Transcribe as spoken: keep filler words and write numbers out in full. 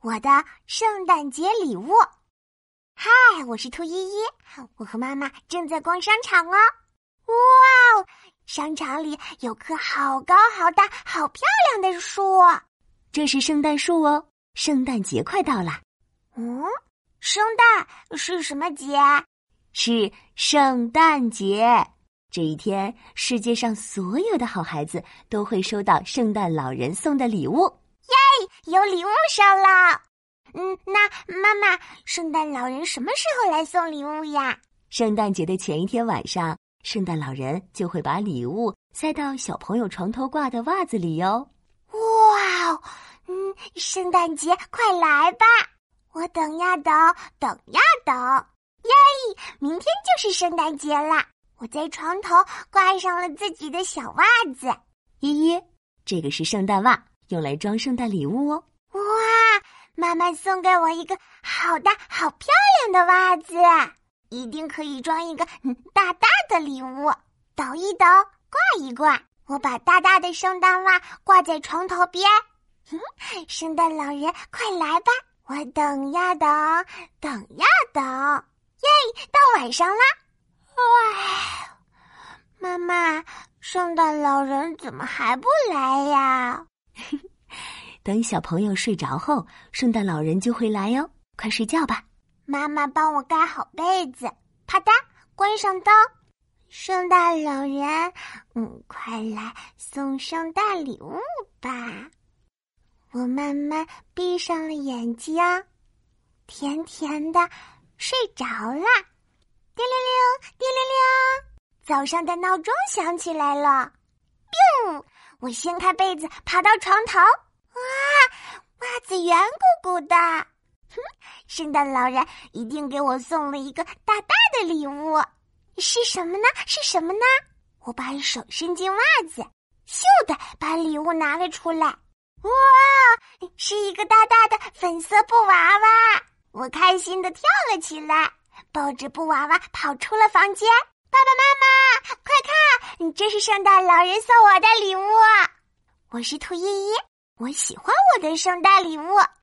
我的圣诞节礼物。嗨，我是兔依依，我和妈妈正在逛商场哦。哇哦，商场里有棵好高好大好漂亮的树。 这是圣诞树哦，圣诞节快到了。 嗯，圣诞是什么节？ 是圣诞节。这一天，世界上所有的好孩子都会收到圣诞老人送的礼物。 耶，有礼物收了。嗯，那妈妈，圣诞老人什么时候来送礼物呀？ 圣诞节的前一天晚上，圣诞老人就会把礼物塞到小朋友床头挂的袜子里哟。 哇哦，嗯，圣诞节快来吧！我等呀等，等呀等。耶，明天就是圣诞节啦！我在床头挂上了自己的小袜子。 依依，这个是圣诞袜，用来装圣诞礼物哦。 哇，妈妈送给我一个好大好漂亮的袜子，一定可以装一个嗯大大的礼物。抖一抖，挂一挂，我把大大的圣诞袜挂在床头边。嗯，圣诞老人快来吧！我等呀等，等呀等。耶，到晚上啦！哇，妈妈，圣诞老人怎么还不来呀？ 等小朋友睡着后，圣诞老人就会来哟。快睡觉吧。 妈妈帮我盖好被子，啪嗒，关上灯。圣诞老人，嗯，快来送圣诞礼物吧。我慢慢闭上了眼睛，甜甜的睡着了。叮铃铃，叮铃铃，早上的闹钟响起来了。biu，我掀开被子，爬到床头。哇，袜子圆鼓鼓的。哼，圣诞老人一定给我送了一个大大的礼物。是什么呢？是什么呢？我把手伸进袜子，咻的把礼物拿了出来。哇，是一个大大的粉色布娃娃。我开心地跳了起来，抱着布娃娃跑出了房间。爸爸妈妈，快看，这是圣诞老人送我的礼物。我是兔依依，我喜欢我的圣诞礼物。